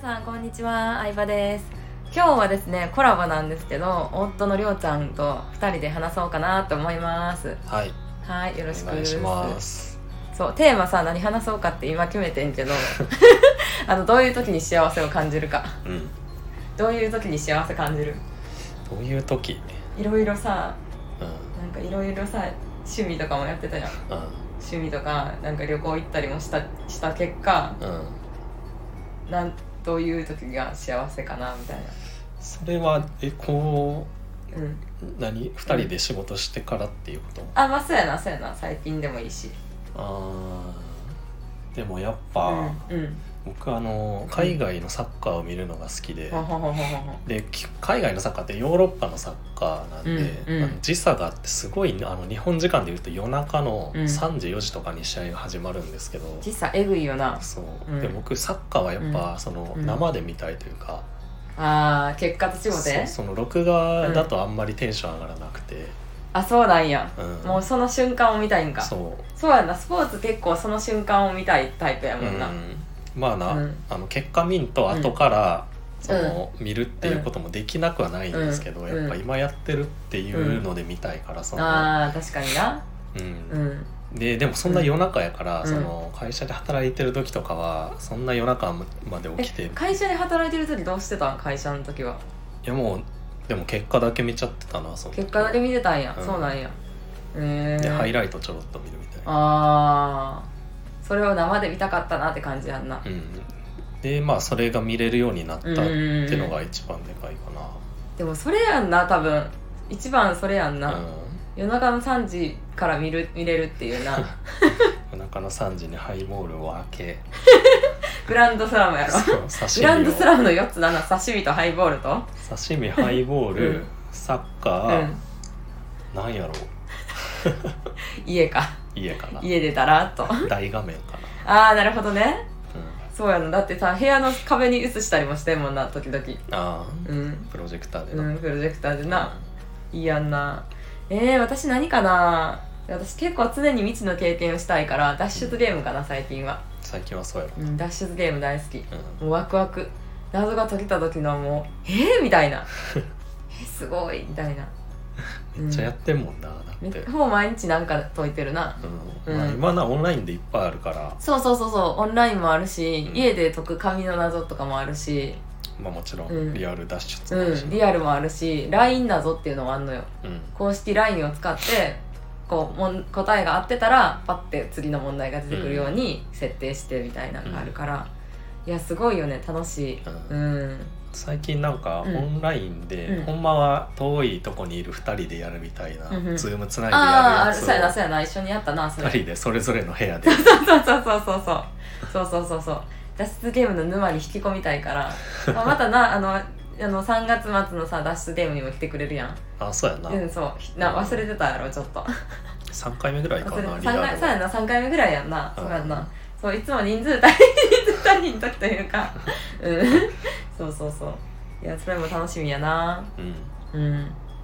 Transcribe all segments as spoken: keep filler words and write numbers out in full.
さんこんにちは、相葉です。今日はですねコラボなんですけど、夫のりょうちゃんとふたりで話そうかなと思います。 はいはい、よろしくお願いします。 そうテーマさ、何話そうかって今決めてんけどあのどういう時に幸せを感じるか、 うん、 どういう時に幸せ感じる、 どういう時、 いろいろさ、 うん、 なんかいろいろさ趣味とかもやってたじゃん、 うん、 趣味とかなんか旅行行ったりもしたした結果、 うん、 なんどういう時が幸せかなみたいな。 それはえこう、 うん、 何ふたりで仕事してからっていうこと、うん、 あ、まあそうやなそうやな、最近でもいいし。 あでもやっぱ、 うんうん、 僕あの海外のサッカーを見るのが好きで、 ほほほほほで海外のサッカーってヨーロッパのサッカーなんで、 うんうん、 あの時差があってすごいあの日本時間でいうと夜中のうんさんじよじとかに試合が始まるんですけど、 時差えぐいよな。 そう、 うん、 で僕サッカーはやっぱ、 うん、 そのうん、 生で見たいというか、 あー結果とちもて、 そ, その録画だとあんまりテンション上がらなくて、 あ、そうなんや、 うん、 もうその瞬間を見たいんか。 そうそうやな、スポーツ結構その瞬間を見たいタイプやもんな、 うん、まあな、 うん、 あの結果見んと後から、うん、その、 うん、 見るっていうこともできなくはないんですけど、うん、やっぱ今やってるっていうので見たいから、そのあー確かにな、 うん、うんで, でもそんな夜中やから、うん、その会社で働いてる時とかはそんな夜中まで起きて、 会社で働いてる時どうしてたん、会社の時は。 いやもうでも結果だけ見ちゃってたな、その結果だけ見てたんや、うん、そうなんや。 えー、でハイライトちょろっと見るみたいな。 あーそれを生で見たかったなって感じやんな、うん、 でまあそれが見れるようになったっていうのが一番でかいかな。 でもそれやんな、多分一番それやんな、うん、夜中のさんじから見る見れるっていうな夜中のさんじにハイボールを開けグランドスラムやろグランドスラムのよっつなな、刺身とハイボールと刺身、ハイボール、うん、サッカー、うん、なんやろう家か家かな、 家出たらと大画面かな。ああなるほどね、うん、そうやな、だってさ部屋の壁に映したりもしてんもんな、時々。ああ、うん、 プロジェクターでな、 うん、プロジェクターでな、うん、いいやんな。えー、私何かな。私結構常に未知の経験をしたいから脱出ゲームかな、最近は。 最近はそうやろ、 うん、脱出ゲーム大好き、うん、もうワクワク、謎が解けた時のもうえー、みたいなえすごいみたいなめっちゃやってんもんな、うん、だってもう毎日なんか解いてるな、 うん、まあ、今なオンラインでいっぱいあるから。 そうそうそうそう、オンラインもあるし、うん、家で解く紙の謎とかもあるし、 まあもちろんリアル脱出もあるし、うんうん、リアルもあるし ライン 謎っていうのもあるのよ、うん、公式 ライン を使ってこうもん答えが合ってたらパッて次の問題が出てくるように設定してみたいなのがあるから、うん、いやすごいよね、楽しい、うん、うん、最近なんかオンラインで、うん、ほんまは遠いとこにいるふたりでやるみたいな、うんうん、ズームつないでやるやつを、 ああそうやなそうやな、一緒にやったな、それふたりでそれぞれの部屋でそうそうそうそうそうそうそうそうそうそう脱出ゲームの沼に引き込みたいからまあまたな、あのあのさんがつ末のさ脱出ゲームにも来てくれるやん。 あ、そうやな、 うん、そうな、忘れてたやろちょっとさんかいめぐらいかな、リアルはそうやな、さんかいめぐらいやんな、そうやんな、そういつも人数足り人数足りん時というかうんそうそうそう、いやそれも楽しみやな、うんうん、うん、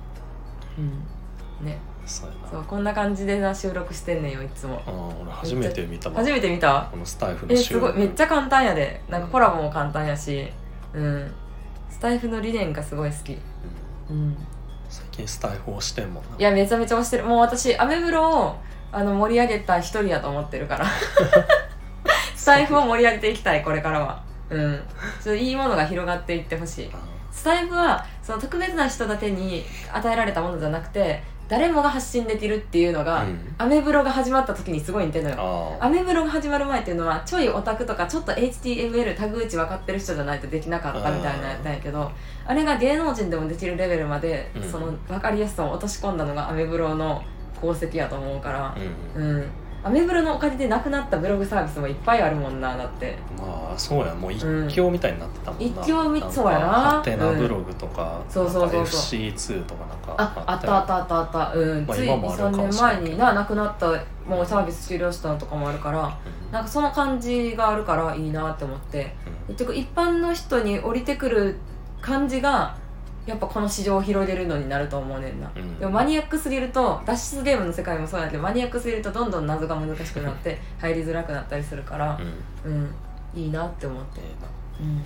ね、 そうやな、 そうこんな感じでな収録してんねんよ、いつも。 あ、俺初めて見たわ。 初めて見たこのスタイフの収録。 えすごい、めっちゃ簡単やで、なんかコラボも簡単やし、うん、スタイフの理念がすごい好き、うん、うん、 最近スタイフをしてんもんな。 いやめちゃめちゃ推してる、もう私アメブロをあの盛り上げた一人やと思ってるからスタイフを盛り上げていきたい、これからは。うん、ちょっといいものが広がっていってほしい。スタイフはその特別な人だけに与えられたものじゃなくて、誰もが発信できるっていうのが、うん、アメブロが始まった時にすごい似てるのよ。アメブロが始まる前っていうのはちょいオタクとかちょっと エイチティーエムエル タグ打ち分かってる人じゃないとできなかったみたいなやったんやけど、あれが芸能人でもできるレベルまで、うん、その分かりやすさを落とし込んだのがアメブロの功績やと思うから、うん、うん、アメブロのおかげでなくなったブログサービスもいっぱいあるもんな、だって。 まあそうや、もう一強みたいになってたもんな、うん、 一強みそうやな、 ハテナブログとか、 うん、そうそうそうそうエフシーツー とかなんかああったあったあったあった、うん、まあ、ついにさんねんまえにななくなったもうサービス終了したのとかもあるから、うん、なんかその感じがあるからいいなって思って、うん、結局一般の人に降りてくる感じがやっぱこの市場を広げるのになると思うねんな、うん、でもマニアックすぎると、脱出ゲームの世界もそうだけどマニアックすぎるとどんどん謎が難しくなって入りづらくなったりするから、うん、うん、いいなって思って、うん、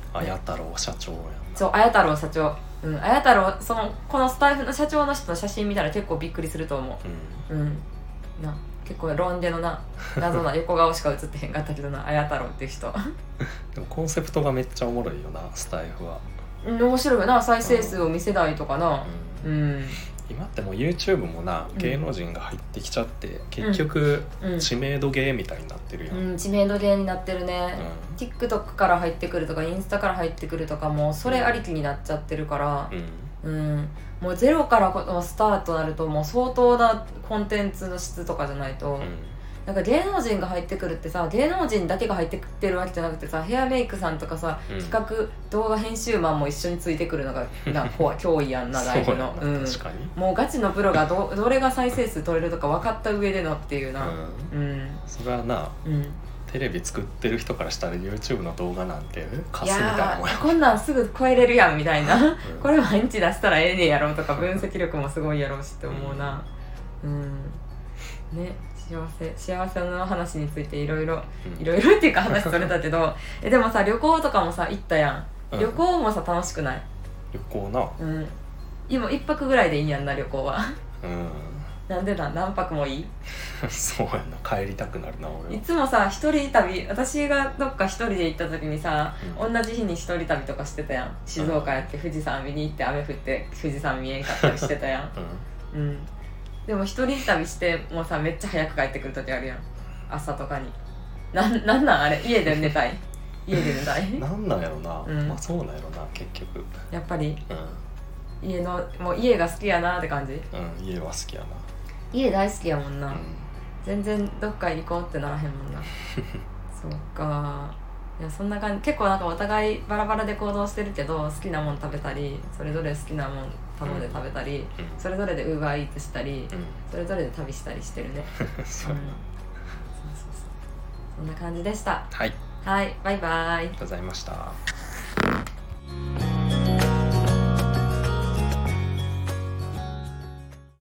綾太郎社長やんな。 そう綾太郎社長、うん、綾太郎そのこのスタイフの社長の人の写真見たら結構びっくりすると思う。うん、うん、な結構ロン毛のな謎な横顔しか映ってへんかったけどな綾太郎っていう人でもコンセプトがめっちゃおもろいよなスタイフは。 面白いよな、再生数を見せないとかな、うん、うん、 今ってもう YouTube もな芸能人が入ってきちゃって、うん、結局、うん、知名度芸みたいになってるやん、 うん、知名度芸になってるね、うん、TikTok から入ってくるとかインスタから入ってくるとかもうそれありきになっちゃってるから、うん、うん、もうゼロからのスタートなるともう相当なコンテンツの質とかじゃないと、うん、なんか芸能人が入ってくるってさ、芸能人だけが入ってきてるわけじゃなくてさ、ヘアメイクさんとかさ、うん、企画動画編集マンも一緒についてくるのがなんか怖い脅威やんなだいぶの、うん、確かにもうガチのプロが ど, どれが再生数取れるとか分かった上でのっていうな、うんうん、 それはな、うん、テレビ作ってる人からしたら YouTube の動画なんてカスみたいなもんや、 こんなんすぐ超えれるやんみたいな、うん、これ毎日出したらええねんやろとか分析力もすごいやろうしって思うな、うん、ね、幸せ幸せの話についていろいろいろいろっていうか話それたけどえでもさ旅行とかもさ行ったやん、うん、旅行もさ楽しくない？ 旅行な、 うん、今一泊ぐらいでいいんやんな旅行は、うん、なんでなん何泊もいいそうやな、帰りたくなるな俺は。 いつもさ一人旅、私がどっか一人で行った時にさ、うん、同じ日に一人旅とかしてたやん。静岡やって富士山見に行って雨降って富士山見えんかったりしてたやん、うん、うん、でも一人旅してもうさめっちゃ早く帰ってくる時あるやん朝とかに。な, なんなんあれ家で寝たい家で寝たいなんなんやろな、うん、まあそうなんやろな結局やっぱり、うん、家のもう家が好きやなって感じ。 うん、家は好きやな。 家大好きやもんな、うん、全然どっか行こうってならへんもんなそうか。いやそんな感じ。結構なんかお互いバラバラで行動してるけど好きなもん食べたりそれぞれ好きなもん頼んで食べたり、うん、それぞれでウーバーイーツしたり、うん、それぞれで旅したりしてるねそう、うん、そうそうそう、そんな感じでした。 はい、 はい、バイバイ。ありがとうございました。